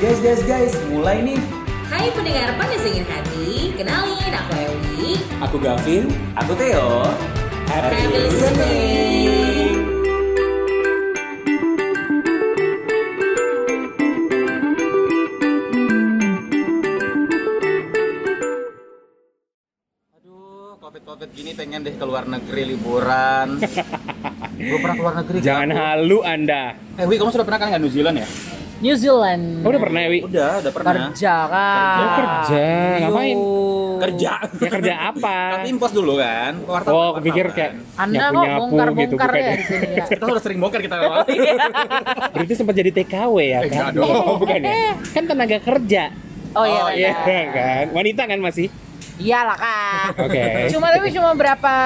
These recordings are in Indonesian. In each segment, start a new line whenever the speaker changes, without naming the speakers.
Guys, mulai nih.
Hai pendengar Panas Dingin Hati, kenalin aku Ewi.
Aku Gavin, aku Theo.
Happy listening.
Aduh, COVID gini pengen deh keluar negeri liburan. Belum pernah keluar negeri.
Jangan halu Anda.
Wi, kamu sudah pernah kan New Zealand ya?
New Zealand.
Oh, udah pernah, Wi?
Udah pernah.
Kerja kan.
Oh, kerja. Ngapain?
Kerja.
Ya kerja apa?
Tapi impos dulu kan.
Oh, aku pikir kayak
Anda kok
nyapu-nyapu
bongkar-bongkar
gitu,
ya
bukan
di sini ya.
Kita udah sering bongkar kita.
Berarti sempat jadi TKW ya kan?
Enggak dong.
Oh, bukan ya? Kan tenaga kerja.
Oh iya.
Oh,
Iya
benar.
kan? Wanita kan masih?
Iyalah kak.
Oke.
Cuma berapa?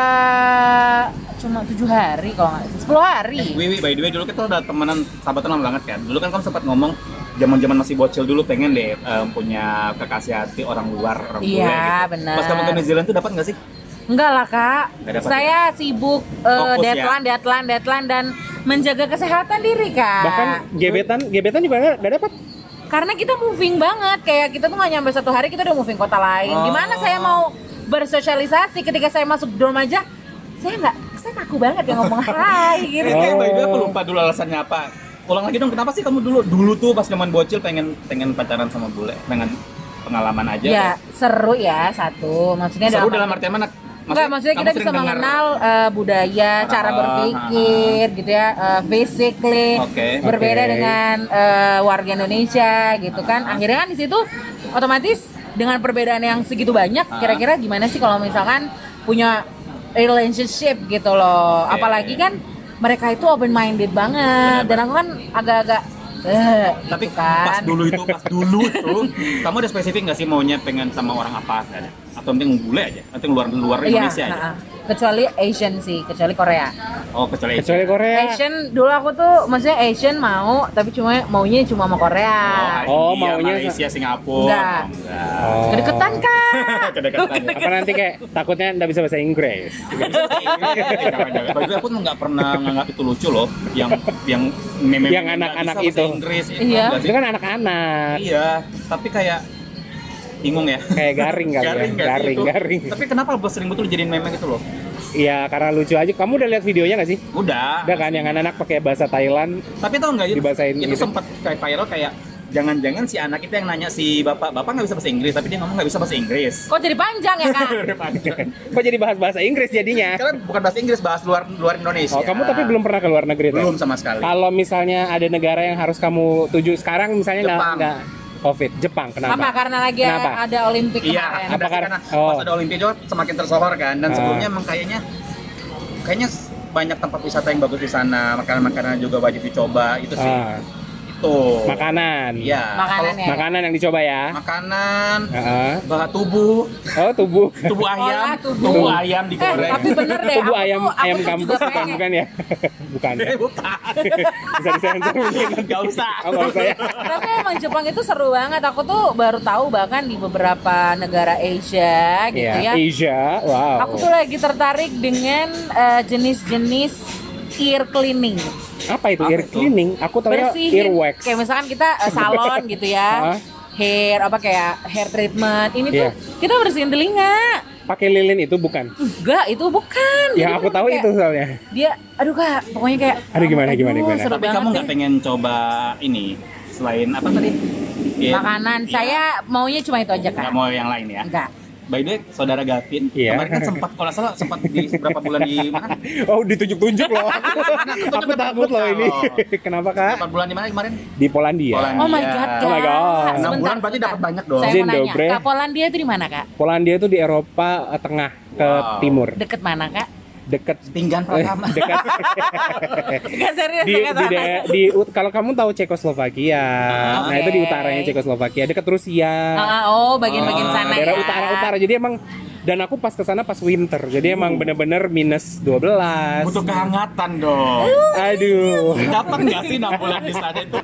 Cuma 7 hari kalau nggak 10 hari.
Wiwi, by the way dulu kita udah temenan, sahabatan lama banget kan. Dulu kan kamu sempat ngomong zaman masih bocil dulu pengen deh punya kekasih hati orang luar, orang bule
Iya,
gitu.
benar.
Pas kamu ke New Zealand tuh dapat nggak sih?
Enggak lah kak.
Nggak dapat,
Saya sibuk
Fokus,
deadline dan menjaga kesehatan diri kak.
Bahkan gebetan juga nggak dapat.
Karena kita moving banget, kayak kita tuh nggak nyampe 1 hari kita udah moving kota lain.
Oh.
Gimana saya mau bersosialisasi ketika saya masuk dorm aja? Saya kaku banget ya ngomong hai gitu.
By the way aku lupa dulu alasannya apa. Ulang lagi dong, kenapa sih kamu dulu tuh pas zaman bocil pengen pacaran sama bule? Pengen pengalaman aja?
Ya seru ya satu, maksudnya
Seru dalam artian mana?
Enggak, maksudnya kita bisa mengenal budaya, cara berpikir gitu ya, physically
Oke.
berbeda
Oke.
dengan warga Indonesia gitu kan. Akhirnya kan di situ otomatis dengan perbedaan yang segitu banyak, kira-kira gimana sih kalau misalkan punya relationship gitu loh.
Oke.
Apalagi kan mereka itu open minded banget dan aku kan agak-agak
Tapi
gitu kan.
pas dulu tuh, kamu ada spesifik nggak sih maunya pengen sama orang apa? Atau penting bule aja? Atau luar Indonesia aja?
Iya, kecuali Asian sih, kecuali Korea.
Oh, kecuali
Kecuali Korea.
Asian dulu aku tuh maksudnya Asian mau tapi maunya cuma sama Korea.
Oh,
India,
maunya
Malaysia, Singapura.
Enggak.
Oh.
Kedeketan kan?
Kedekatan ya.
Apa nanti kayak takutnya nggak bisa bahasa Inggris?
Jangan. Bagi aku nggak pernah nganggap itu lucu loh, yang meme
Yang anak-anak
nggak bisa bahasa
itu.
Inggris,
Iya.
nggak sih?
Itu kan anak-anak.
Iya, tapi kayak bingung ya.
Kayak garing kali ya.
nggak sih itu?
Garing.
Tapi kenapa sering betul dijadiin meme gitu loh?
Iya, karena lucu aja. Kamu udah lihat videonya nggak sih?
Udah.
Udah kan yang anak-anak pakai bahasa Thailand.
Tapi tau nggak
Dibahasain
itu
gitu.
sempat kayak viral kayak jangan-jangan si anak itu yang nanya si bapak nggak bisa bahasa Inggris tapi dia ngomong nggak bisa bahasa Inggris.
Kok jadi panjang ya kak?
Kok jadi bahas bahasa Inggris jadinya?
Karena bukan bahasa Inggris, bahas luar Indonesia.
Oh, kamu tapi belum pernah ke luar negeri? Teh?
belum sama sekali.
Kalau misalnya ada negara yang harus kamu tuju sekarang, misalnya
Jepang.
nggak COVID, Jepang, kenapa?
Apa? Karena lagi
Kenapa?
ada Olimpik
Iya,
kemarin.
ada sih, karena pas ada Olimpiade juga semakin tersohor kan, dan sebelumnya emang kayaknya banyak tempat wisata yang bagus di sana, makanan-makanan juga wajib dicoba itu sih.
Ah,
Itu.
makanan.
Iya.
Makanan
Kalau
ya?
Makanan yang dicoba ya.
makanan,
Heeh.
bahan tubuh
Oh, tubuh.
ayam,
tubuh.
tubuh ayam digoreng.
Tapi bener deh.
Tubuh
aku
ayam
tuh
ayam
juga
kampus bukan
pengen.
bukan ya? Bukan ya.
Bukan.
Bisa disensor mungkin.
Nggak usah.
Oh, nggak usah ya.
Tapi emang Jepang itu seru banget. Aku tuh baru tahu bahkan di beberapa negara Asia gitu
Iya,
ya.
Asia. Wow.
Aku tuh lagi tertarik dengan jenis-jenis ear cleaning.
Apa itu?
Apa
Ear
itu?
cleaning? Aku tahu ya
Bersihin.
earwax.
Kayak misalkan kita salon gitu ya.
Hah?
Hair treatment. Ini
Iya.
tuh kita bersihin telinga.
Pakai lilin itu bukan?
Enggak, itu bukan.
Yang
Jadi
aku tahu
kayak
itu soalnya.
Dia, aduh kak, pokoknya kayak.
Aduh, gimana.
Seru
Tapi
banget
kamu nggak
deh.
pengen coba ini selain apa tadi? Iya.
Makanan.
Iya.
Saya maunya cuma itu aja kak.
Nggak mau yang lain ya?
Enggak.
By the way, saudara Gavin,
Iya.
kemarin kan sempat, kalau nggak salah sempat di beberapa bulan di mana?
Oh, ditunjuk-tunjuk loh. Aku takut loh ini. Kenapa kak?
4 bulan di mana kemarin?
Di Polandia.
Polandia.
Oh my god, kak.
Oh my God.
6 bulan berarti dapat banyak dong.
Saya
Dzień
mau nanya,
dobry.
kak Polandia itu di mana kak?
Polandia itu di Eropa tengah ke
Wow.
timur.
Deket mana kak?
Deket
Pinggan Pratama.
dekat
Enggak serius
di,
kak,
di, da- di kalau kamu tahu Cekoslovakia, nah itu di
Oke.
utaranya Cekoslovakia, dekat Rusia.
Oh, bagian-bagian sana
daerah
ya.
utara-utara. Jadi emang Dan aku pas kesana pas winter, jadi emang bener-bener minus 12.
Butuh kehangatan dong.
Aduh.
Dapat nggak sih 6 bulan di sana itu?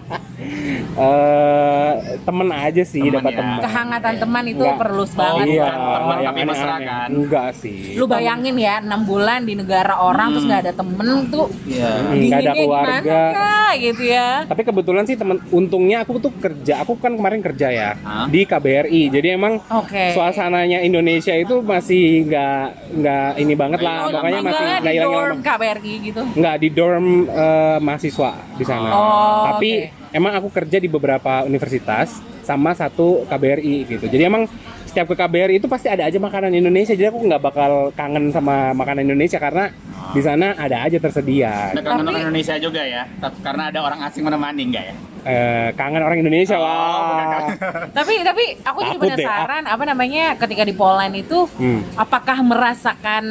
Temen aja sih,
Temen
dapat
ya.
teman.
Kehangatan teman itu
Enggak.
perlu banget.
Iya,
bukan teman
yang
tapi mesra
aneh-aneh.
kan?
Enggak sih.
Lu bayangin ya 6 bulan di negara orang terus nggak ada temen tuh.
Iya.
Nggak ada
Dinginnya
keluarga.
gimana, Kak? Gitu ya.
Tapi kebetulan sih temen, untungnya aku tuh kerja, aku kan kemarin kerja ya
Hah?
di KBRI, jadi emang
Oke.
suasananya Indonesia itu masih nggak ini banget lah,
Nggak
pokoknya
hilang
masih
Tinggalnya
nggak
di
hilang-hilang
dorm KBRI gitu.
nggak di dorm mahasiswa di sana.
Oh,
Tapi emang aku kerja di beberapa universitas sama satu KBRI gitu. Jadi emang setiap ke KBRI itu pasti ada aja makanan Indonesia. Jadi aku nggak bakal kangen sama makanan Indonesia karena di sana ada aja tersedia.
Ada kangen
Tapi-
orang Indonesia juga ya, karena ada orang asing menemani nggak ya?
Kangen orang Indonesia
Oh,
lah.
bukan kangen.
Tapi aku jadi
Takut deh,
penasaran apa namanya ketika di Poland itu apakah merasakan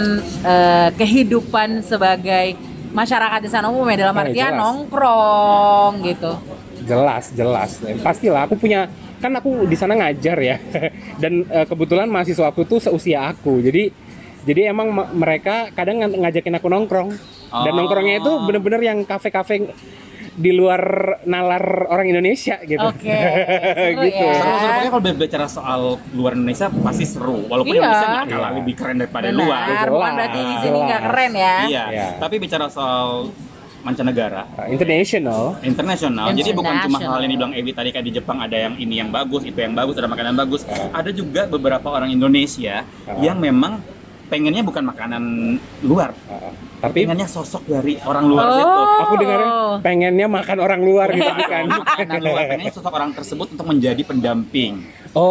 kehidupan sebagai masyarakat di sana umum ya dalam
Oh,
artian
jelas.
nongkrong gitu.
Jelas. Pastilah aku punya, kan aku di sana ngajar ya. Dan kebetulan mahasiswa aku tuh seusia aku. Jadi emang mereka kadang ngajakin aku nongkrong. Dan
Oh.
nongkrongnya itu bener-bener yang kafe-kafe di luar nalar orang Indonesia gitu.
Oke, seru
Gitu.
ya.
Seru pokoknya kalau berbicara soal luar Indonesia pasti seru. Walaupun
Iya.
Indonesia nggak kalah lebih keren daripada luar.
Benar, bukan berarti di sini nggak
Jelas.
keren ya.
Iya.
Iya.
Tapi bicara soal mancanegara,
International.
internasional. Jadi bukan cuma
International.
hal yang dibilang Evi tadi kayak di Jepang ada yang ini yang bagus, itu yang bagus, ada makanan bagus. Ada juga beberapa orang Indonesia yang memang pengennya bukan makanan luar,
Tapi
pengennya sosok dari orang luar
Oh.
situ.
aku dengarnya pengennya makan orang luar gitu kan.
Makanan luar, pengennya sosok orang tersebut untuk menjadi pendamping.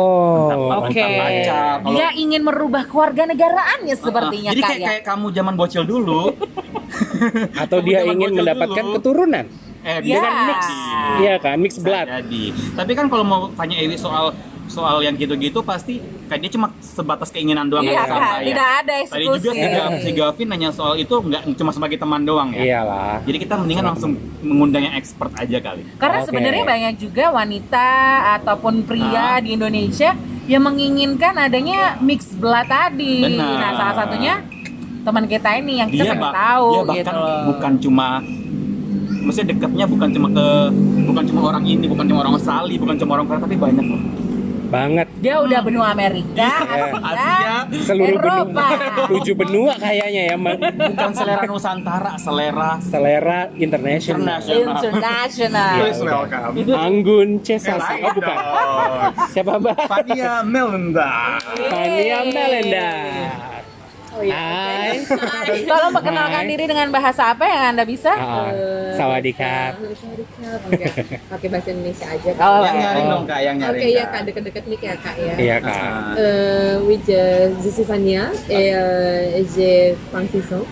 Oh.
Oke.
Entah pacar, kalau-
Dia ingin merubah kewarganegaraannya sepertinya
Jadi
Kak
kayak,
ya.
kayak kamu zaman bocil dulu.
Atau
Kamu
dia
zaman
ingin
bocil
mendapatkan
dulu.
keturunan.
Ya.
Dengan mix.
Iya kan, mix
Bisa
blood.
jadi. Tapi kan kalau mau tanya Ewi soal yang gitu-gitu pasti kayak dia cuma sebatas keinginan doang
Iya
yang
Kak,
disampaikan.
tidak ada
Tadi juga
eksklusif.
si Gavin nanya soal itu nggak cuma sebagai teman doang ya.
Iyalah.
Jadi kita mendingan langsung mengundang yang expert aja kali.
Karena
Oke.
sebenarnya banyak juga wanita ataupun pria
Ah.
di Indonesia yang menginginkan adanya mix blood tadi.
Benar.
Nah, salah satunya teman kita ini yang kita
Dia,
pengen tahu
dia
gitu
bahkan
loh.
bukan cuma maksudnya dekatnya bukan cuma orang ini, bukan cuma orang Australia, bukan cuma orang Korea, tapi banyak loh.
Banget.
Dia udah benua Amerika,
Asia.
Asia,
Seluruh
Eropa.
benua. 7 benua kayaknya ya,
Bukan selera Nusantara,
selera international.
International.
Please welcome.
Anggun C. Sasi. Oh bukan. Siapa Mbak?
Fania Melenda.
Fania Melenda.
Oh iya.
Hai.
Tolong perkenalkan
Hai.
diri dengan bahasa apa yang Anda bisa?
Sawadikap.
Pakai bahasa Indonesia aja.
Oh,
Yang nyaring dong kak, yang
Oke
nyaring.
ya
Kak.
kak, deket-deket nih ya kak ya.
Iya kak.
With je suis Fania et je parle Fison.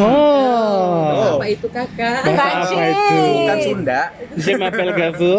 Oh.
Apa itu kakak?
Bahasa
Prancis.
apa itu?
Bukan Sunda,
Je m'appelle Gavur.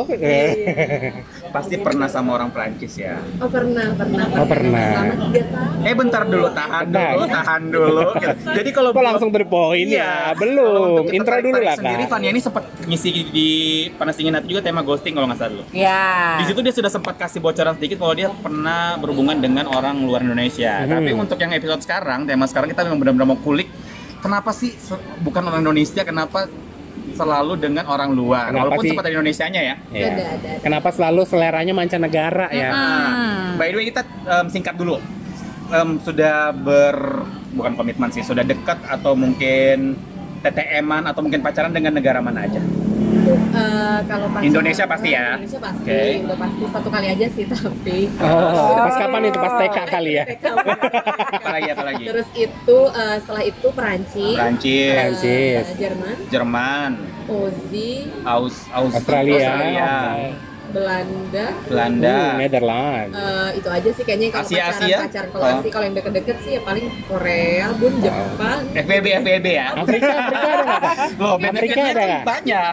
pasti pernah sama orang Prancis ya.
Oh pernah.
Oh, pernah.
Selama 3 tahun.
Bentar dulu, tahan
Bentar.
dulu. Jadi kalau
Kok langsung to the point
Iya.
ya? Belum.
Kalau untuk kita
Intro dulu
tarik
lah
sendiri,
kak.
Fania ini sempat ngisi di Panas Dingin Hati juga tema ghosting kalau nggak salah dulu.
Ya.
Di situ dia sudah sempat kasih bocoran sedikit kalau dia pernah berhubungan dengan orang luar Indonesia. Tapi untuk yang episode sekarang, tema sekarang kita memang benar-benar mau kulik kenapa sih bukan orang Indonesia, kenapa selalu dengan orang luar.
Kenapa
Walaupun
sih?
sempat ada Indonesianya ya.
Iya.
Ada.
Kenapa selalu seleranya mancanegara ya?
By the way kita singkat dulu. Sudah bukan komitmen sih, sudah dekat atau mungkin TTM-an atau mungkin pacaran dengan negara mana aja?
Kalau pacaran-
Indonesia pasti ya?
Indonesia pasti.
Oke.
Udah pasti 1 kali aja sih tapi.
Oh, pas kapan itu? Pas TK kali ya?
Apalagi?
Terus itu setelah itu Perancis.
Prancis,
Jerman,
Jerman,
Aussie,
Australia.
Belanda.
Netherlands.
Itu aja sih kayaknya kalau
Asia.
pacaran kalau
Oh.
Asia kalau yang deket-deket sih ya paling Korea, Bun, Jepang.
FBB ya?
Afrika ada nggak kak?
Loh,
Afrika
benefitnya
ada
kan
nggak?
banyak.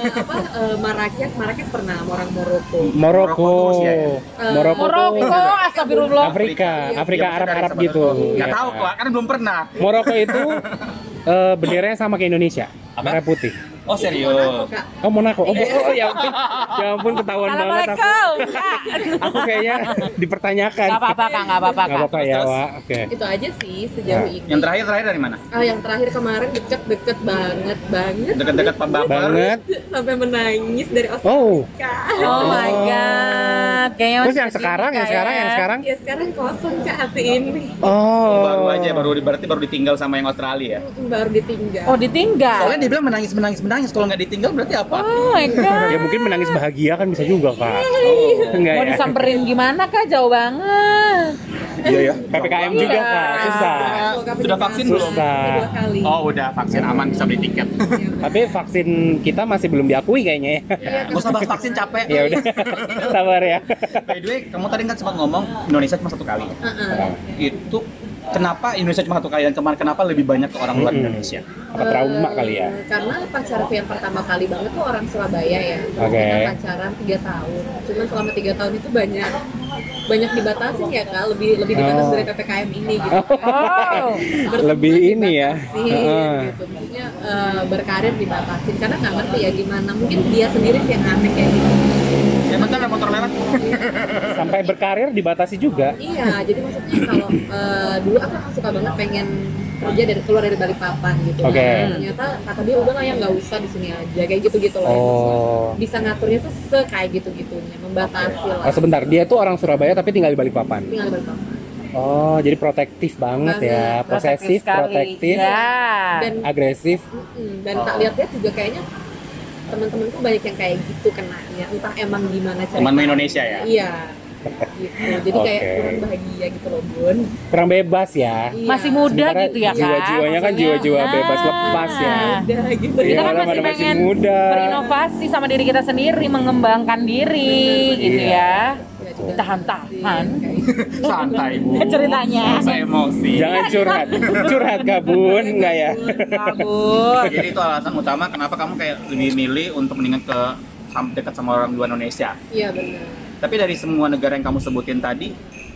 Marrakesh pernah sama orang Maroko.
Moroko.
terus ya?
Moroko.
Moroko, astagfirullah.
Afrika
Iya,
Arab gitu.
Nggak
Iya.
tahu kok, karena belum pernah.
Moroko itu benderanya sama kayak Indonesia, merah putih.
Oh serius?
Monaco, Kak.
Oh Monaco. Oh ya ampun. Ya ampun ketahuan banget aku.
Assalamualaikum, Kak.
Aku kayaknya dipertanyakan.
Gak apa-apa, Kak, gak apa-apa,
Nggak
Kak.
apa-apa ya,
Terus?
Wak. Oke.
Itu aja sih sejauh
Nah,
ini.
Yang terakhir dari mana?
Oh, yang terakhir kemarin deket banget.
Deket-deket Pak Bapak.
Banget.
Sampai menangis dari Osaka.
Oh.
Oh my god. Kayaknya
Terus
masih
yang sekarang,
sedih,
yang sekarang,
Kak,
yang
ya.
sekarang?
Ya sekarang kosong Kak hati ini.
Oh.
Baru aja, berarti baru ditinggal sama yang Australia ya?
Baru ditinggal.
Oh, ditinggal.
Soalnya dia bilang menangis. Kalau nggak ditinggal berarti apa?
Oh my god.
Ya mungkin menangis bahagia kan bisa juga, Kak. Enggak
Mau
ya?
disamperin gimana, Kak? Jauh banget.
Iya ya.
PPKM juga, Kak. Susah.
Sudah vaksin belum?
Susah.
Kedua kali.
Oh udah vaksin aman bisa beli tiket.
Tapi vaksin kita masih belum diakui kayaknya ya.
Gak usah bahas vaksin capek.
Ya udah. Sabar ya.
By the way, kamu tadi kan sempat ngomong Indonesia cuma satu kali. Itu kenapa Indonesia cuma satu kali dan kemarin kenapa lebih banyak ke orang luar Indonesia?
Apa trauma kali ya?
Karena pacarku yang pertama kali banget tuh orang Surabaya ya.
Oke.
Kita pacaran 3 tahun. Cuman selama 3 tahun itu banyak dibatasin ya Kak, lebih dibatasi
Oh.
dari PPKM ini gitu.
Oh.
Berteman
Lebih ini ya.
dibatasin,
Heeh.
gitu. Maksudnya berkarir dibatasin karena nggak ngerti ya gimana. Mungkin dia sendiri sih yang aneh kayak gitu.
Ya bentar ada motor lewat.
Sampai berkarir dibatasi juga.
Iya, jadi maksudnya kalau dulu aku suka banget pengen kerja keluar dari Balikpapan gitu.
Oke.
Ternyata kata dia udah lah ya nggak usah di sini aja kayak gitu-gitu loh.
Oh.
Bisa ngaturnya tuh kayak gitu-gitunya, membatasi lah.
Oh, sebentar, dia tuh orang Surabaya tapi tinggal di Balikpapan.
Tinggal di Balikpapan.
Oh, jadi protektif banget ya. Posesif,
sekali.
protektif,
Ya.
Dan
agresif.
dan tak lihat-lihat juga kayaknya teman-temanku banyak yang kayak gitu kenanya. Entah emang gimana cara.
Temanmu Indonesia ya?
Iya. Gitu. Jadi kayak
Oke.
kurang bahagia gitu loh, Bun.
Kurang bebas ya.
Iya.
Masih muda
Sementara
gitu ya, Kak.
jiwa-jiwanya kan
Maksudnya,
jiwa-jiwa bebas lepas ya.
Udah gitu.
Iya,
Kita kan
orang
masih
pada masih
pengen
muda.
berinovasi sama diri kita sendiri, mengembangkan diri gitu
Iya.
ya. Tahan-tahan.
Santai bu.
Ceritanya.
Saya emosi.
Jangan curhat. Curhat Gabun enggak ya?
Kabur.
Jadi itu alasan utama kenapa kamu kayak lebih milih untuk mendingan dekat sama orang luar Indonesia.
Iya benar.
Tapi dari semua negara yang kamu sebutin tadi,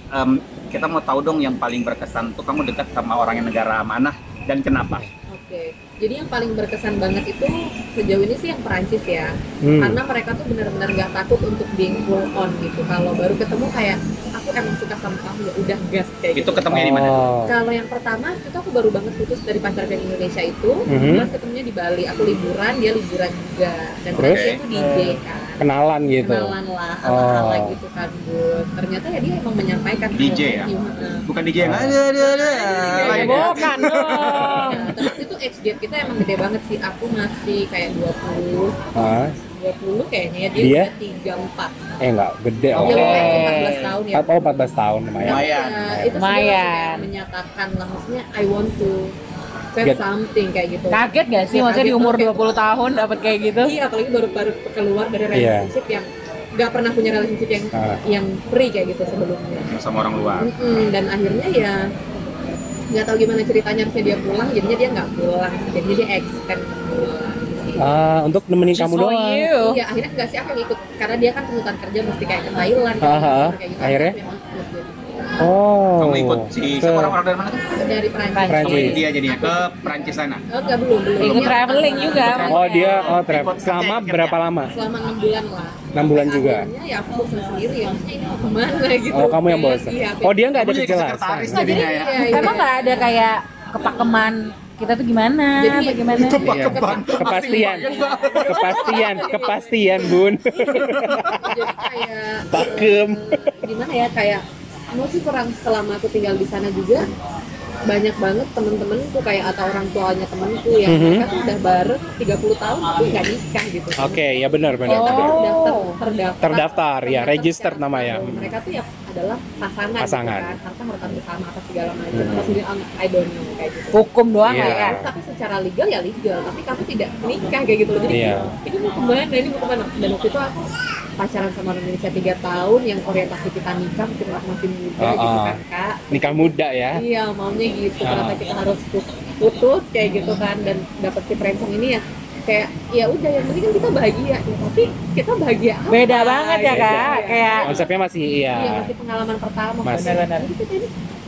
kita mau tahu dong yang paling berkesan tuh kamu dekat sama orang yang negara mana dan kenapa?
Oke, jadi yang paling berkesan banget itu sejauh ini sih yang Perancis ya,
Hmm.
karena mereka tuh benar-benar nggak takut untuk being full on gitu. Kalau baru ketemu kayak aku emang suka sama kamu ya udah gas kayak
Itu
gitu.
ketemunya di mana?
Oh.
Kalau yang pertama itu aku baru banget putus dari pacar dari Indonesia itu,
Mhm.
terus ketemunya di Bali. Aku liburan, dia liburan juga, dan
Terus?
dia tuh DJ kan.
Kenalan gitu.
Kenalan lah, ala-ala
Oh.
gitu kan, Bun. Ternyata ya dia emang menyampaikan
DJ
kalau
ya?
gimana.
Bukan DJ yang ada.
Iya,
Bukan dong.
Nah, terus itu age gap kita emang gede banget sih. Aku masih kayak 20
Ah,
20 kayaknya ya, dia
Dia?
udah 34.
enggak gede.
Oh.
Dia
Oh.
umurnya 14 tahun ya.
Oh, 14 tahun lumayan.
Lumayan.
Nah, itu sebenarnya
Lumayan.
kayak menyatakan lah, maksudnya I want to have
Get-
something kayak gitu.
Kaget gak sih?
Ya,
Maksudnya di
kaget
umur
banget.
20 tahun dapat kayak gitu?
Iya, apalagi baru keluar dari relationship yang nggak pernah punya relationship yang free kayak gitu sebelumnya.
Sama orang luar.
Dan akhirnya ya nggak tahu gimana ceritanya, harusnya dia pulang, jadinya dia nggak pulang, jadinya dia extend pulang.
Ah, untuk nemenin
Just
kamu
for
doang.
you.
Iya, akhirnya nggak sih aku yang ikut karena dia kan tuntutan kerja mesti kayak ke Thailand
Aha,
kayak gitu.
akhirnya?
Memang ikut jadi.
Oh.
Kamu ikut si
Ke-
orang-orang dari mana tuh?
Dari Perancis.
Kamu
Prancis.
dia jadinya ke Perancis sana.
Oh, enggak, belum.
Ikut traveling juga.
Oh, dia travel.
Ikut
Selama
kerja.
berapa lama?
Selama 6 bulan lah.
6 bulan
Sampai
juga.
Akhirnya ya aku bosan sendiri ya, maksudnya ini mau kemana gitu.
Oh, kamu yang bosan.
Iya,
Oh, dia nggak ada
Kamu jadi
kejelasan.
sekretaris
Nah, jadi
jadinya ya.
Iya.
emang nggak ada kayak kepakeman kita tuh gimana?
Jadi,
apa gimana?
Iya. Kepastian, Bun.
Jadi kayak
Pakem.
gimana ya, kayak mau sih kurang, selama aku tinggal di sana juga banyak banget temen-temenku kayak atau orang tuanya temenku yang
Mhm.
mereka tuh udah bareng 30 tahun tapi nggak nikah gitu.
Oke, ya benar.
Ya, tapi terdaftar
Terdaftar, ya, registered
secara
namanya.
sah. Mereka tuh ya adalah pasangan,
Pasangan.
gitu kan, harta bersama apa segala macam. Apa sendiri I don't know kayak gitu.
Hukum doang
Iya.
lah ya.
Tapi secara legal ya legal, tapi kamu tidak menikah kayak gitu loh. Jadi
Iya.
ini mau kemana, ini mau kemana. Dan waktu itu aku pacaran sama orang Indonesia 3 tahun yang orientasi kita nikah, mungkin aku masih muda gitu kan Kak.
Nikah muda ya.
Iya, maunya gitu. Kenapa kita harus putus kayak gitu kan, dan dapat si Prensong ini ya kayak ya udah, yang penting kan kita bahagia ya, tapi kita bahagia apa?
Beda banget ya,
Gitu.
Kak. Kayak
Konsepnya masih
Iya,
iya.
masih pengalaman pertama.
Masih.
Benar-benar. Jadi kita ini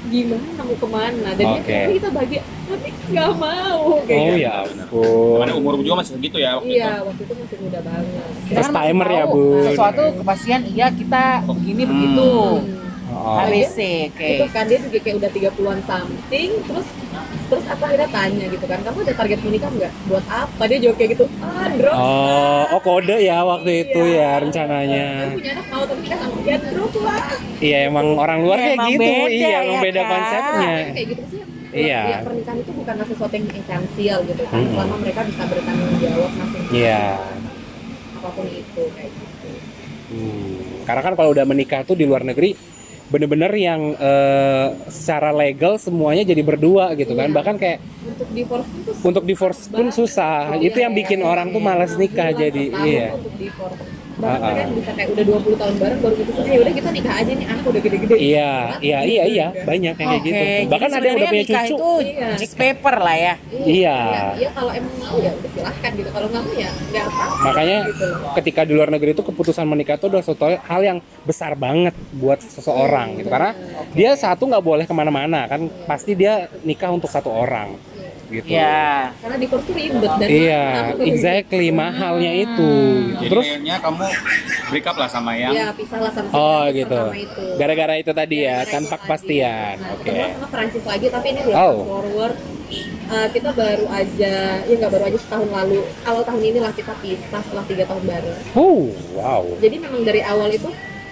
gimana mau kemana dan dia
Oke.
kayak kita bahagia tapi nggak mau kayak
Oh
gitu.
ya ampun.
Mana umur juga masih segitu ya waktu
Iya,
itu.
waktu itu masih muda banget.
Kita
First
kan masih
timer ya,
tahu
Bun.
sesuatu kepastian iya kita begini begitu.
Oh.
ABC,
Itu
oke.
kan dia juga kayak udah 30-an something, terus aku akhirnya tanya gitu kan, kamu ada target menikah nggak? Buat apa? Dia jawab kayak gitu, drop.
Oh, kode ya waktu itu ya
Aku
rencananya.
punya anak mau tapi nikah sama dia, drop lah.
Iya emang orang luar
Ya,
kayak
emang
gitu,
beda
iya emang
ya,
beda
Kak.
konsepnya.
Kayak gitu sih.
Iya.
Ya, pernikahan itu bukanlah sesuatu yang esensial gitu kan,
Mm-mm.
selama mereka bisa bertanggung jawab masing-masing.
Iya.
Apapun itu kayak gitu.
Karena kan kalau udah menikah tuh di luar negeri bener-bener yang secara legal semuanya jadi berdua gitu kan.
Iya.
Bahkan kayak
Untuk divorce pun
untuk divorce pun susah. Itu yang bikin orang tuh malas nikah jadi. Iya.
Untuk divorce. Bahkan mereka bisa kayak udah 20 tahun bareng baru gitu ya udah kita nikah aja nih, anak udah gede-gede.
Iya, iya, banyak yang kayak gitu.
Oke,
Bahkan
jadi
ada yang udah punya
sebenarnya
cucu.
nikah itu
Iya.
just paper lah ya.
Iya.
Iya, kalau emang mau ya udah silahkan gitu. Kalau nggak mau ya nggak apa-apa.
Makanya
gitu.
ketika di luar negeri itu keputusan menikah itu udah suatu hal yang besar banget buat seseorang gitu. Karena dia satu nggak boleh kemana-mana kan, pasti dia nikah untuk satu orang gitu.
Iya.
Karena divorce tuh ribet dan
Iya,
mahal.
exactly mahalnya itu.
Jadi
Terus
akhirnya kamu break up lah sama yang
Iya, pisahlah sama
oh
si
gitu.
pertama itu.
Gara-gara itu tadi ya,
Gara-gara
tanpa
itu
kepastian.
tadi. Nah,
Oke.
ketemu sama Perancis lagi, tapi ini udah
Oh.
fast forward. Kita baru aja, ya nggak baru aja setahun lalu, awal tahun inilah kita pisah setelah 3 tahun bareng.
Wow.
Jadi memang dari awal itu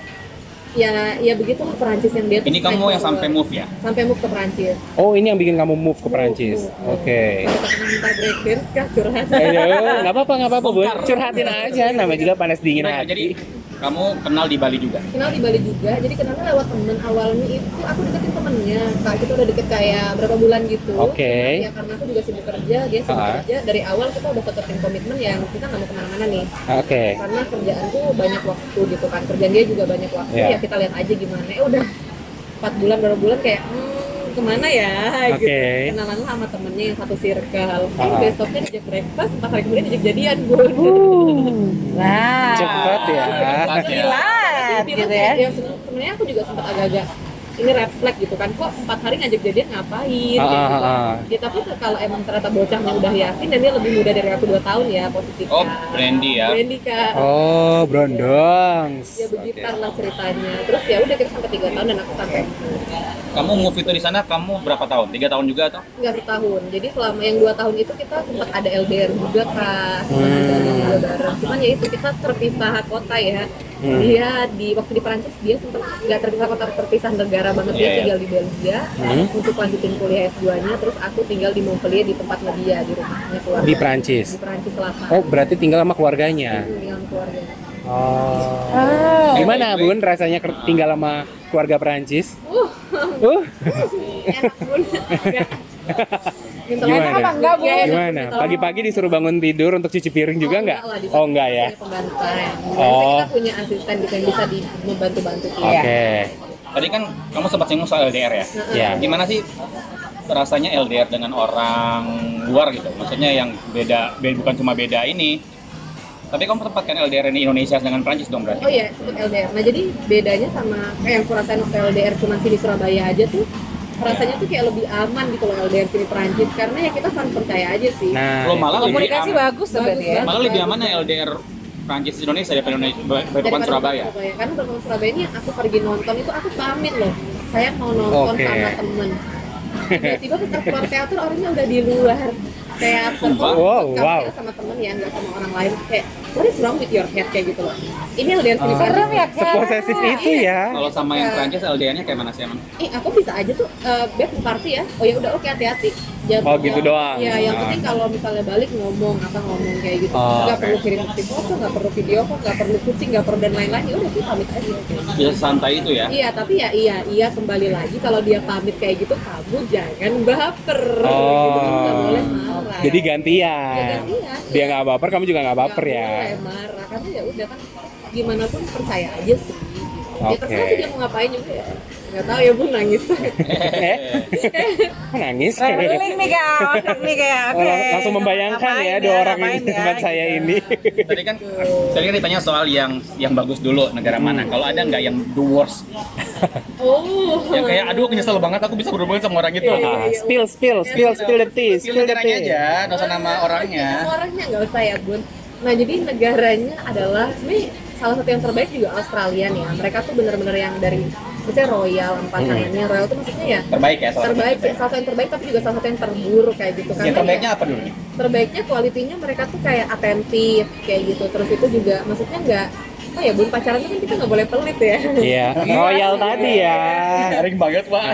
ya begitu lah Perancis yang dia tuh
ini kamu yang sampai move ya?
sampai move ke Perancis.
Oh, ini yang bikin kamu move ke Perancis.
Move.
Oke.
Kita pernah minta break dance kah curhat?
Ayo, nggak apa-apa, Bun. Curhatin aja, namanya juga panas dingin
Baik, jadi
hati.
kamu kenal di Bali juga?
Kenal di Bali juga, jadi kenalnya lewat temen. Awalnya itu aku deketin temennya, Kak, kita udah deket kayak berapa bulan gitu.
Oke.
Ya karena aku juga sibuk kerja, dia sibuk
Ah.
kerja. Dari awal kita udah tetepin komitmen yang kita nggak mau kemana-mana nih.
Oke.
Karena kerjaan tuh banyak waktu gitu kan, kerjaan dia juga banyak waktu.
Iya.
Ya kita lihat aja gimana. Udah 4 bulan, berapa bulan kayak kemana ya gitu.
Oke.
Kenalan lah sama temennya yang satu circle.
Ah.
Besoknya diajak breakfast, 4 hari kemudian diajak jadian, Bun.
Nah,
Cepet ya.
kilat gitu ya.
Ya sebenarnya aku juga sempat agak-agak ini red flag gitu kan, kok 4 hari ngajak jadian ngapain gitu kan. Ya tapi kalau emang ternyata bocahnya udah yakin dan dia lebih muda dari aku 2 tahun ya posisi
Oh, Brandy ya?
Brandy Kak.
Oh, Brondong.
Ya begitar lah ceritanya. Terus ya udah kita sampai 3 tahun dan aku sampai
Kamu move itu di sana kamu berapa tahun? 3 tahun juga atau?
nggak setahun. Jadi selama yang 2 tahun itu kita sempat ada LDR juga Kak. Juga bareng. Cuman ya itu kita terpisah kota ya. Dia waktu di Perancis dia sempat nggak terpisah kota, terpisah negara banget. Dia
Iya, iya.
tinggal di Belgia untuk lanjutin kuliah S2-nya. Terus aku tinggal di Montpellier di tempatnya dia, di rumahnya keluarga.
Di Prancis.
Di Perancis Selatan.
Oh, berarti tinggal sama keluarganya.
Tinggal sama keluarga.
Oh. Gimana, Bun, rasanya tinggal sama keluarga Perancis?
Enak Bun. Minta
Gimana?
maaf apa enggak, Bu?
Gimana? Pagi-pagi disuruh bangun tidur untuk cuci piring juga nggak?
lah, di
Oh,
sana
enggak ya?
punya pembantu.
Oh.
Kita punya asisten gitu yang bisa membantu-bantu kita.
Oke.
Tadi kan kamu sempat singgung soal LDR ya?
Ya.
Gimana sih rasanya LDR dengan orang luar gitu? Maksudnya yang beda bukan cuma beda ini. Tapi kamu tempatkan LDR di Indonesia dengan Prancis dong berarti?
Oh iya, sebut LDR. Nah jadi bedanya sama kayak yang kurasain waktu LDR cuma di Surabaya aja tuh rasanya tuh kayak lebih aman gitu loh LDR sini Perancis, karena ya kita saling percaya aja sih.
Nah,
Lo malah lebih
Komunikasi
aman.
bagus sebenarnya ya.
Malah lebih aman ya LDR Prancis Indonesia daripada
Daripada
Surabaya.
Karena berkembang Surabaya ini aku pergi nonton itu aku pamit loh, saya mau nonton
Oke.
sama temen. Tiba-tiba pas keluar teater orangnya udah di luar teater.
Wow, wow.
Kita sama temen ya, nggak sama orang lain. Kayak what is wrong with your head kayak gitu loh. Ini LDR sini
Serem ya, Kak.
seposesif itu ya.
Kalau sama yang Prancis LDR-nya kayak mana sih emang?
Aku bisa aja tuh beb party ya. Oh ya udah oke, hati-hati.
Oh, gitu doang.
Ya yang
Ah.
penting kalau misalnya balik ngomong kayak gitu.
Oh,
Nggak
oke.
perlu kirim bukti foto, nggak perlu video call, nggak perlu kucing, nggak perlu dan lain-lain. Ya udah kita pamit aja.
Ya santai itu ya.
Iya, tapi ya iya kembali lagi kalau dia pamit kayak gitu kamu jangan baper.
Oh.
Gitu kan nggak boleh marah.
Jadi
Ya,
gantian.
gantian.
Dia nggak baper, kamu juga nggak baper
Nggak
ya.
boleh marah karena ya udah kan gimana pun percaya aja sih. Ya
Oke.
terserah sih dia mau ngapain juga ya. Nggak tahu ya Bu, nangis.
Kok nangis?
Traveling nih Kak, otak nih kayak oke.
Langsung membayangkan ya
Ngapain
dua orang
ngapain
ini di tempat saya
gitu.
ini.
Tadi kan ditanya soal yang bagus dulu negara mana. Kalau ada nggak yang the worst?
Oh.
Yang kayak aduh aku nyesel banget aku bisa berhubungan sama orang itu.
Ah, spill the tea,
Spill negaranya aja, nggak usah nama orangnya.
Nama orangnya nggak usah ya Bun. Nah jadi negaranya adalah sebenarnya salah satu yang terbaik juga Australia nih ya. Mereka tuh bener-bener yang dari maksudnya royal pasangannya. Royal tuh maksudnya ya
Terbaik ya salah
terbaik,
satunya.
salah satu yang terbaik tapi juga salah satu yang terburuk kayak gitu kan.
Yang terbaiknya apa dulu nih?
Terbaiknya kualitinya mereka tuh kayak atentif kayak gitu. Terus itu juga maksudnya nggak ya Bun, pacaran tuh kan kita nggak boleh pelit ya.
Iya, royal tadi ya.
Garing banget Pak.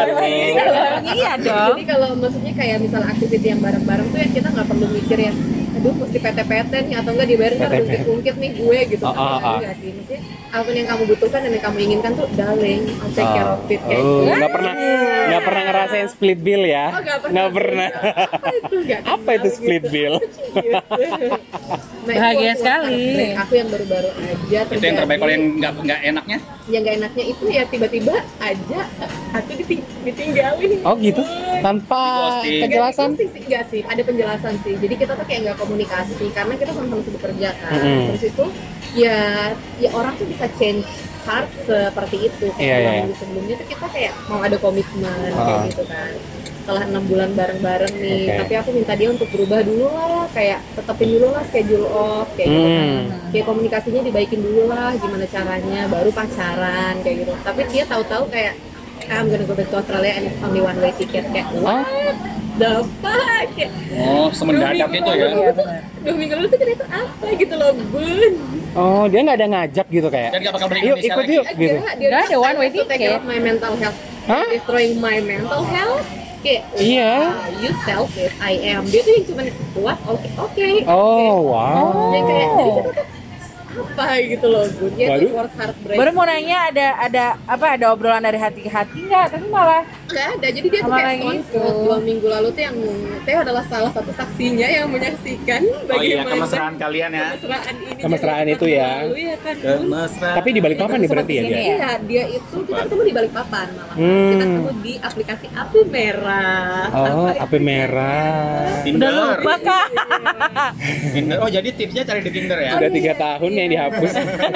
Iya dong.
Jadi kalau maksudnya kayak misalnya aktiviti yang bareng-bareng tuh ya kita nggak perlu mikir ya aduh mesti PT-PT nih atau enggak dibayarin kan ungkit nih gue gitu kan. Enggak sih, maksudnya apapun yang kamu butuhkan dan yang kamu inginkan tuh darling, I'll take care of it kayak gitu.
Nggak pernah ngerasain split bill ya?
Oh,
Nggak pernah.
Apa itu? Nggak
Apa itu
kenal
split
gitu.
bill?
Gitu. Nah, itu
Bahagia
waktu
sekali.
heartbreak. Aku yang baru-baru aja
Itu yang terbaik. Kalau yang nggak enaknya?
yang nggak enaknya itu ya tiba-tiba aja aku ditinggalin.
Oh gitu? Tanpa
Ghosting.
kejelasan?
Enggak sih, ada penjelasan sih. Jadi kita tuh kayak nggak komunikasi karena kita sama-sama sibuk kerja kan.
Mm-hmm.
Terus itu ya orang tuh bisa change heart seperti itu. Kayak
Iya, iya.
minggu sebelumnya tuh kita kayak mau ada komitmen kayak gitu kan. Setelah 6 bulan bareng-bareng nih,
Oke.
tapi aku minta dia untuk berubah dulu lah, kayak tetepin dulu lah schedule off kayak gitu kan. Kayak komunikasinya dibaikin dulu lah, gimana caranya, baru pacaran kayak gitu. Tapi dia tahu-tahu kayak I'm gonna go back to Australia and it's only one way ticket kayak what the fuck kayak,
Oh, semendadak itu ya.
Iya benar.
2 minggu lalu tuh ternyata apa gitu loh Bun.
Oh, dia nggak ada ngajak gitu kayak?
Dan nggak bakal balik
Yuk,
Indonesia
ikut
lagi.
yuk, gitu.
Nggak ada one way
to take care
ticket.
of my mental health.
Hah?
Destroying my mental health. Kayak,
Iya.
You selfish, I am. Dia tuh yang cuma what? Oke.
Oh, wow.
Dia kayak jadi kita tuh apa gitu loh Bun. Ya
Waduh.
itu worth heartbreak.
Baru mau nanya ada obrolan dari hati ke hati nggak? Tapi malah
Nggak ada, jadi dia tuh
Sama
kayak
lagi
stone
itu.
cold 2 minggu lalu tuh yang Teo adalah salah satu saksinya yang menyaksikan
Oh iya,
bagaimana
kemesraan kalian ya.
kemesraan ini
Kemesraan
jadi
itu ya.
lalu ya kan
Kemesraan.
Tapi di Balikpapan nih berarti ya
Seperti
dia?
ini
Iya, dia itu kita ketemu di Balikpapan malah.
Hmm.
Kita ketemu di aplikasi Api Merah.
Oh,
Apa
api merah.
Tinder.
udah lupa kak.
Tinder. Oh, jadi tipsnya cari di Tinder ya.
Udah 3 tahun yang dihapus.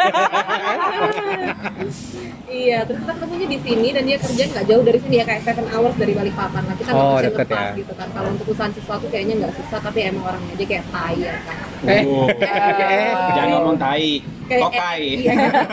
Iya, terus kita ketemunya di sini dan dia kerja nggak jauh dari sini ya kayak 7 hours dari Balikpapan. Nah, kita nggak
Oh,
bisa
deket
lepas
ya.
gitu kan. Kalau untuk usaha sesuatu kayaknya nggak susah, tapi emang orangnya aja kayak tai ya kan.
Jangan ngomong tai. Tokai.
Iya.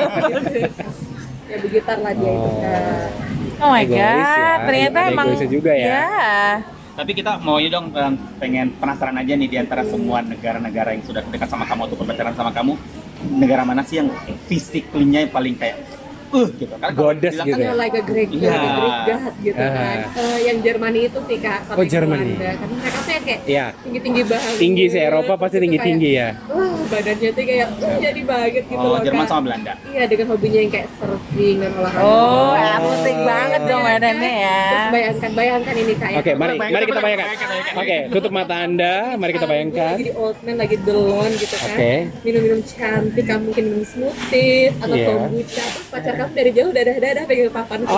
Ya begitar lah dia itu kan.
Oh my
Egois ya.
god, ternyata
Ada
emang
egoisnya juga ya.
Tapi kita maunya dong pengen penasaran aja nih di antara semua negara-negara yang sudah dekat sama kamu atau berpacaran sama kamu, negara mana sih yang fisiklinya yang paling kayak gitu. Karena kalau
Goddess
bilang
gitu
kan
ya?
Like a Greek,
Iya.
like a Greek god gitu kan. Yang Jermani itu sih kak. sama
Oh,
yang
Jermani.
Belanda. Karena mereka tuh kayak
Iya.
tinggi-tinggi banget.
Tinggi sih, Eropa pasti tinggi-tinggi ya.
Wah, badannya tuh kayak jadi banget gitu
Oh,
loh
Jerman
Kak.
sama Belanda.
Iya, dengan hobinya yang kayak surfing dan olahraga.
Oh, atletik banget dong badannya ya.
Terus bayangkan ini kayak
Oke, mari kita bayangkan. Oke, tutup mata Anda, mari kita bayangkan.
Lagi di old man, lagi delon gitu kan.
Oke.
Minum-minum cantik, kamu mungkin minum smoothies atau
Iya.
kombucha. Terus pacar kamu dari jauh dadah-dadah pegang papan
Oh.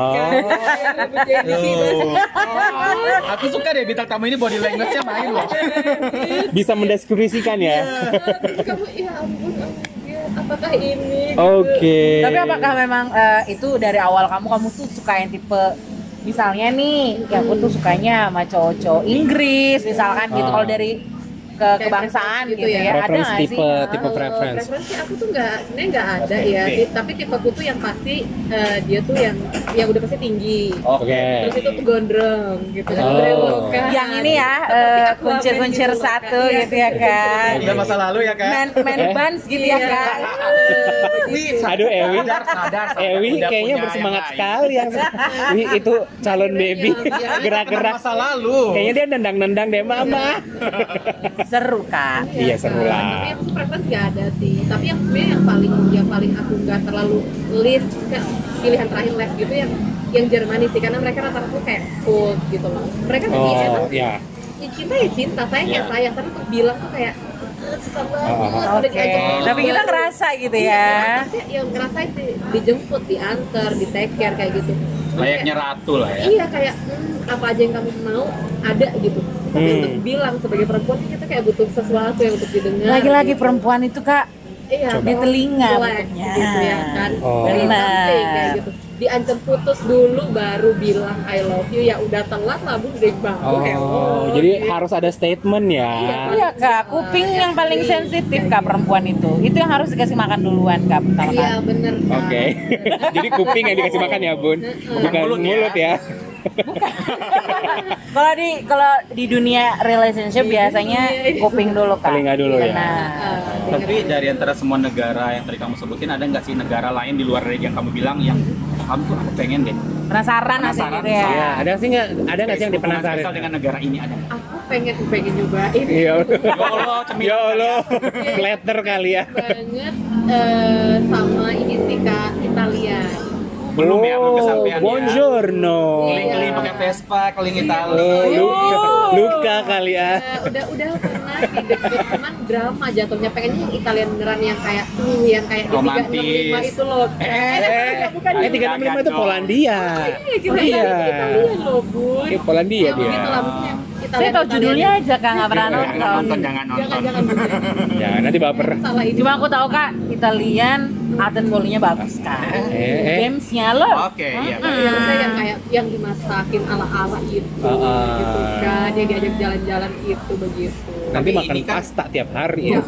Aku suka deh bintang tamu ini body language-nya main loh.
Bisa mendeskripsikan ya.
Kamu, ya ampun, oh my God, apakah ini?
Oke.
Tapi apakah memang itu dari awal kamu tuh suka yang tipe misalnya nih, ya aku tuh sukanya sama cowok-cowok Inggris misalkan gitu. Kalau dari kebangsaan
Gitu
gitu,
ya.
ya, ada
Preference
nggak sih?
tipe preference.
Preferensi aku tuh sebenarnya nggak ada ya. Tapi tipeku tuh yang pasti dia tuh yang udah pasti tinggi.
Oke.
Terus itu tuh gondrong gitu kan.
Oh.
Berewokan.
Yang ini ya,
Seperti aku
kuncir-kuncir
gitu loh, Kak.
satu
Iya.
gitu ya kan.
Udah masa lalu ya kan?
Man buns gitu ya kan.
Aduh, Ewi.
sadar.
Ewi
Udah
kayaknya
punya
bersemangat
yang lain.
sekali yang Wih, itu calon baby gerak-gerak.
Masa lalu.
Kayaknya dia nendang-nendang deh mama.
Seru kak.
Iya, seru
Tapi
lah.
yang preference nggak ada sih. Tapi yang sebenarnya yang paling aku nggak terlalu list ke pilihan terakhir les gitu yang Jermani sih, karena mereka rata-rata tuh kayak cold gitu loh. Mereka tuh
Oh,
emang
ya.
cinta ya cinta, sayang ya sayang, tapi untuk bilang tuh kayak susah banget. Udah
Oke,
diajak
tapi kita
baru.
ngerasa gitu ya.
Maksudnya yang ngerasain sih dijemput, diantar, di take care kayak gitu.
Layaknya ratu lah ya.
Iya kayak apa aja yang kamu mau ada gitu. Tapi untuk bilang sebagai perempuan kita kayak butuh sesuatu yang untuk didengar.
Lagi-lagi
gitu.
perempuan itu kak
Iya,
Coba.
Di telinga
Relax,
bentuknya.
gitu ya kan.
Oh.
Very
Benar.
something, kayak gitu. Diancam putus dulu baru bilang I love you, ya udah telat lah bu, udah bau
Jadi harus ada statement ya.
Iya kak, kuping yang paling sensitif kak perempuan itu yang harus dikasih makan duluan kak pertama
Iya
kali.
bener Kak.
Oke. Jadi kuping yang dikasih makan ya, Bun. Bukan
mulut ya.
mulut ya.
Kalau di dunia relationship biasanya kuping dulu kak.
Telinga dulu ya.
Benar.
Tapi dari antara semua negara yang tadi kamu sebutin, ada nggak sih negara lain di luar dari yang kamu bilang yang kamu tuh aku pengen deh?
Penasaran
Penasaran,
gitu ya.
Iya, ada sih nggak? Ada nggak sih yang
Hubungan
dipenasarin?
spesial dengan negara ini ada nggak?
Aku pengen nyobain
Iya.
Ya Allah, cemil.
Ya Allah, flatter kali ya.
banget sama ini sih Kak, Italia.
Belum ya, belum kesampaian ya.
Buongiorno.
Keling-keling pakai Vespa, keling Itali.
Luka kali ya.
Udah pernah sih deket, cuman drama jatuhnya, pengennya yang Italian beneran yang kayak yang kayak di
Romantis.
365 itu loh. Bukan
365 itu Polandia.
kita
Iya.
Italian loh bu.
Polandia
Ya,
dia.
begitu lah, maksudnya
Saya tahu judulnya aja kak, nggak pernah
Jangan
nonton.
nonton, jangan nonton.
Jangan
Ya, nanti baper.
salah ini.
Cuma aku tahu kak, Italian atlet volinya bagus kak. Gamesnya loh.
Oke, iya.
Yang saya yang kayak yang dimasakin ala-ala gitu, gitu kan, yang diajak jalan-jalan itu begitu.
Nanti
Tapi
makan
ini kan-
pasta tiap hari ya.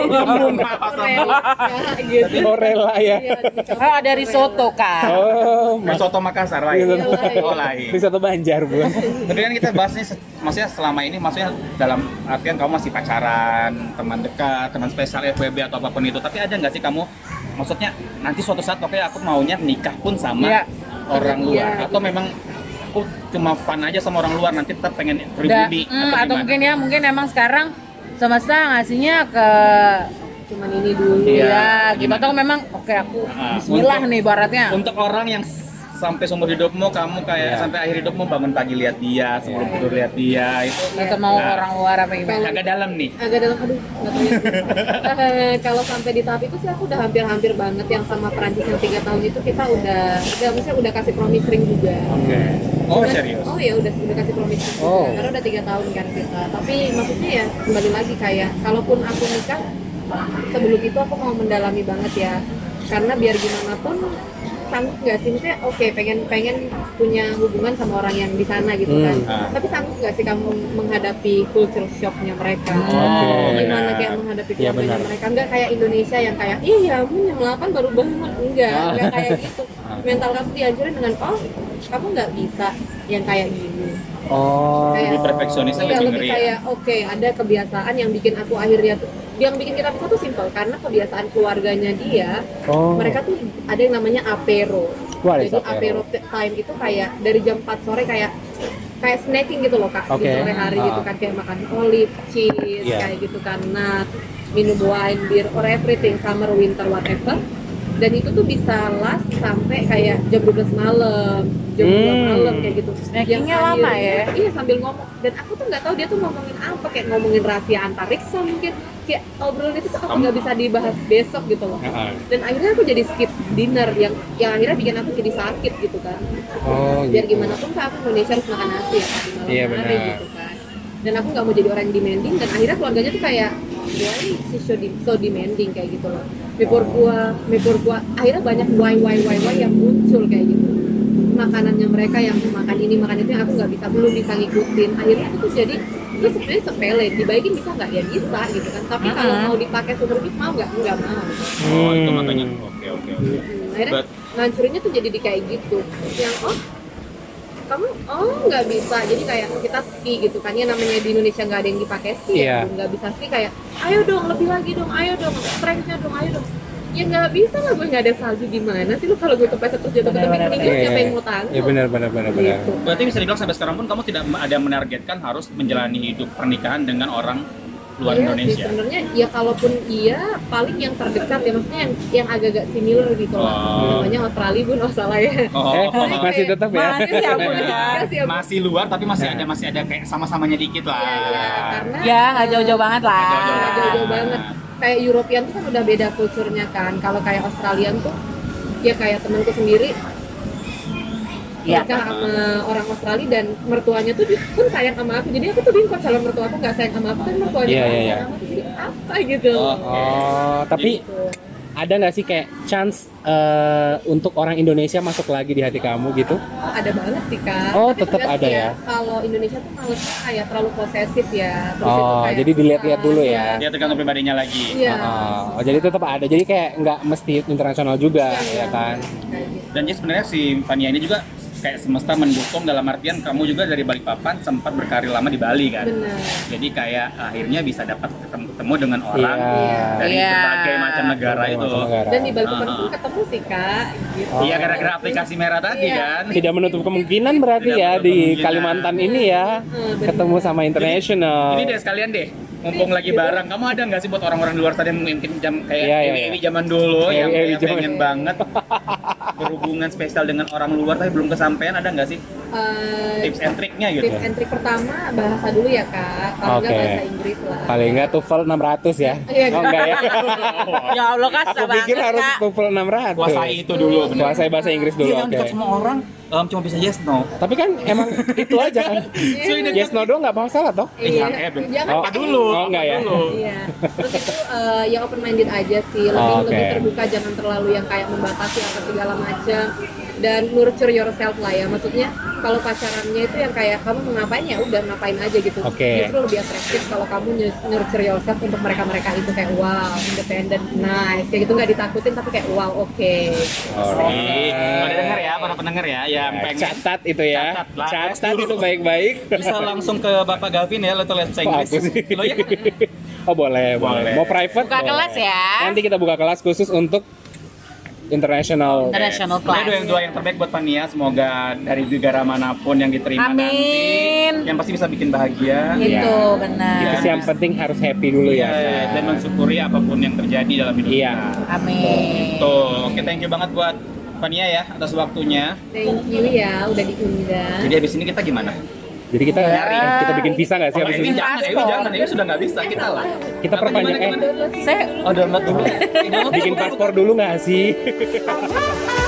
Rela, gitu.
Oh, rela ya.
Iya, dicoba
Oh, ada risotto kak.
Oh,
Risotto Makassar lain.
Iya,
Oh lain.
Risotto Banjar, Bun.
Tapi kan kita bahas nih, maksudnya selama ini, maksudnya dalam artian kamu masih pacaran, teman dekat, teman spesial FWB atau apapun itu. Tapi ada nggak sih kamu, maksudnya nanti suatu saat oke aku maunya nikah pun sama
Iya.
orang luar,
Iya.
atau memang aku cuma fun aja sama orang luar, nanti tetap pengen
Udah,
pribadi
atau mungkin emang sekarang semesta ngasihnya ke
cuman ini dulu.
Iya.
ya gitu, atau memang oke aku
Ah,
Bismillah
untuk-
nih baratnya.
Untuk orang yang sampai seumur hidupmu, kamu kayak
Iya.
sampai akhir hidupmu bangun pagi lihat dia, sebelum tidur lihat dia, itu
Tetap mau
Nah.
orang luar apa gimana?
agak dalam nih.
Agak dalam, aduh nggak tahu ya. Kalau sampai di tahap itu sih aku udah hampir banget. Yang sama Perancis yang 3 tahun itu kita udah maksudnya udah kasih promise ring juga.
Oke.
Oh
Cuman-
serius?
Oh ya udah kasih promise ring juga.
Oh.
Karena udah 3 tahun kan kita. Tapi maksudnya ya kembali lagi kayak kalaupun aku nikah sebelum itu aku mau mendalami banget ya. Karena biar gimana pun sanggup nggak sih, maksudnya oke pengen punya hubungan sama orang yang di sana gitu kan.
Ah.
Tapi sanggup nggak sih kamu menghadapi culture shocknya mereka?
Oh,
Gimana
benar.
kayak menghadapi
Iya,
keluarganya
benar.
mereka? Nggak kayak Indonesia yang kayak iya ampun jam 8 baru bangun, nggak kayak gitu. Mental kamu dihancurin dengan kamu nggak bisa yang kayak gini.
Oh.
Kayak-
Lebih perfeksionisnya
Iya,
lebih
lebih
ngeri ya?
kayak oke, ada kebiasaan yang bikin aku akhirnya tuh yang bikin kita bisa tuh simpel karena kebiasaan keluarganya dia.
Oh.
Mereka tuh ada yang namanya apero.
What is
Jadi
apero?
time itu kayak dari jam 4 sore kayak snacking gitu loh kak,
Oke.
di sore hari gitu kan, kayak makan olive, cheese,
Iya.
kayak gitu kan, nuts, minum wine, beer, or everything, summer, winter, whatever. Dan itu tuh bisa last sampai kayak jam 12 malam, jam 2 malam kayak gitu.
Snackingnya
Yang
lama
akhirnya-
ya?
Iya, sambil ngomong. Dan aku tuh nggak tahu dia tuh ngomongin apa, kayak ngomongin rahasia antariksa mungkin. Kayak obrolan itu tuh aku nggak bisa dibahas besok gitu loh.
Heeh.
Dan akhirnya aku jadi skip dinner yang akhirnya bikin aku jadi sakit gitu kan.
Oh,
Biar
gitu.
gimana pun Kak, aku Indonesia harus makan nasi ya Kak, di malam
Iya,
hari
benar.
gitu kan. Dan aku nggak mau jadi orang yang demanding, dan akhirnya keluarganya tuh kayak why she so demanding kayak gitu loh. Before gua akhirnya banyak why yang muncul kayak gitu. Makanannya mereka yang makan ini makan itu yang aku belum bisa ngikutin. Akhirnya itu tuh jadi itu sebenarnya sepele, dibaikin bisa nggak ya bisa gitu kan. Tapi kalau mau dipakai seumur hidup mau nggak mau.
Oh itu makanya. Oke.
Akhirnya
But-
ngancurinnya tuh jadi di kayak gitu. Yang kamu nggak bisa, jadi kayak kita ski gitu kan, ya namanya di Indonesia nggak ada yang dipakai ski
Iya.
ya, nggak bisa ski kayak ayo dong lebih lagi dong, ayo dong strength-nya dong, ayo dong. Ya nggak bisa lah, gue nggak ada salju gimana sih lu kalau gue kepleset terus jatuh ke tebing
Benar-benar.
meninggal, siapa yang mau tanggung?
Iya, benar.
Gitu.
Berarti bisa dibilang sampai sekarang pun kamu tidak ada menargetkan harus menjalani hidup pernikahan dengan orang luar
Iya sih,
Indonesia.
sebenarnya ya kalaupun iya paling yang terdekat ya, maksudnya yang agak-agak similar gitu lah.
Oh.
Namanya Australia bun, oh salah ya.
Masih tetap ya.
Masih ya ampun ya.
Makasih ya, Bu.
Masih luar tapi masih ada kayak sama-samanya dikit lah.
Iya, karena
Ya nggak jauh-jauh banget lah.
Jauh-jauh
jauh-jauh banget. Kayak European tuh kan udah beda kulturnya kan. Kalau kayak Australian tuh ya kayak temanku sendiri
Iya.
nikah sama orang Australia dan mertuanya tuh pun sayang sama aku. Jadi aku tuh bingung kalau calon mertua aku nggak sayang sama aku kan mertuanya
Iya,
nggak
iya,
sayang
iya.
sama aku. Jadi apa gitu?
Oh, tapi ada nggak sih kayak chance untuk orang Indonesia masuk lagi di hati kamu gitu?
Ada banget sih kak.
Oh,
Tapi
tetap
tergantung
ada ya?
Kalau Indonesia tuh malesnya kayak terlalu posesif ya. Terus itu
Oh,
kayak
jadi dilihat-lihat
susah,
dulu ya.
Dia tergantung pribadinya lagi.
Iya.
Oh, jadi tetap ada. Jadi kayak nggak mesti internasional juga,
Iya,
ya kan?
Kayak gitu.
Dan jadi sebenarnya si Fania ini juga kayak semesta mendukung dalam artian kamu juga dari Balikpapan sempat berkarir lama di Bali kan.
Benar.
Jadi kayak akhirnya bisa dapat ketemu dengan orang
Iya.
dari
Iya.
berbagai macam negara itu.
Macam negara.
Dan di Balikpapan pun ketemu sih kak. Gitu.
Iya gara-gara aplikasi merah tadi
Iya.
kan.
Tidak menutup kemungkinan berarti
Tidak
ya
menutup
di
kemungkinan.
Kalimantan ini ya
benar.
ketemu sama international.
Ini deh sekalian deh, mumpung lagi bareng, kamu ada nggak sih buat orang-orang di luar sana yang mungkin jam kayak
Iya, iya,
Ewi
iya.
zaman dulu yang
Ewi
kayak
zaman-
pengen banget berhubungan spesial dengan orang luar tapi belum kesampaian, ada nggak sih tips and triknya gitu?
Tips and trik pertama bahasa dulu ya kak. Kalau nggak
Oke.
bahasa Inggris lah.
Paling nggak TOEFL 600 ya?
Iya,
Oh enggak ya?
Ya Allah kak,
Aku pikir harus TOEFL 600.
Kuasai itu dulu, bener.
Kuasai bahasa Inggris dulu,
Iya,
oke.
dekat semua orang cuma bisa yes no.
Tapi kan emang itu aja kan. Yes no doang nggak masalah toh?
Iya.
Jangan
Oh.
apa dulu.
Oh, enggak ya?
Dulu.
Iya. Terus itu ya open minded aja sih, lebih
Oh, oke.
lebih terbuka, jangan terlalu yang kayak membatasi apa segala macam. Dan nurture yourself lah ya. Maksudnya kalau pacarannya itu yang kayak kamu mau ngapain ya udah ngapain aja gitu.
Oke.
Justru lebih atraktif kalau kamu nurture yourself untuk mereka-mereka itu kayak wow, independent, nice. Kayak gitu nggak ditakutin tapi kayak wow, oke.
Alright.
Pada dengar ya, para pendengar ya, yang pengen
Catat itu ya.
Catat lah.
Catat itu baik-baik.
bisa langsung ke Bapak Gavin ya, lo tuh les bahasa Inggris.
Bagus sih.
Lo ya kan?
Oh boleh, boleh.
Boleh.
Mau private?
Buka
boleh.
kelas ya.
Nanti kita buka kelas khusus untuk international.
International
Oke,
class.
doa yang terbaik buat Fania, semoga dari negara manapun yang diterima
Amin.
nanti, yang pasti bisa bikin bahagia.
Itu
Iya.
benar.
Itu sih yang penting harus happy dulu ya.
Iya, dan mensyukuri apapun yang terjadi dalam hidup
Iya.
kita.
Amin.
Tuh, oke, thank you banget buat Fania ya atas waktunya.
Thank you ya udah diundang.
Jadi habis ini kita gimana?
Jadi kita kita bikin visa nggak sih habis
Ini
ini?
jangan, Ewi jangan, Ewi sudah nggak bisa, kita lah.
Kita perpanjang
Gimana?
Saya
Oh, download dulu.
bikin paspor dulu nggak sih?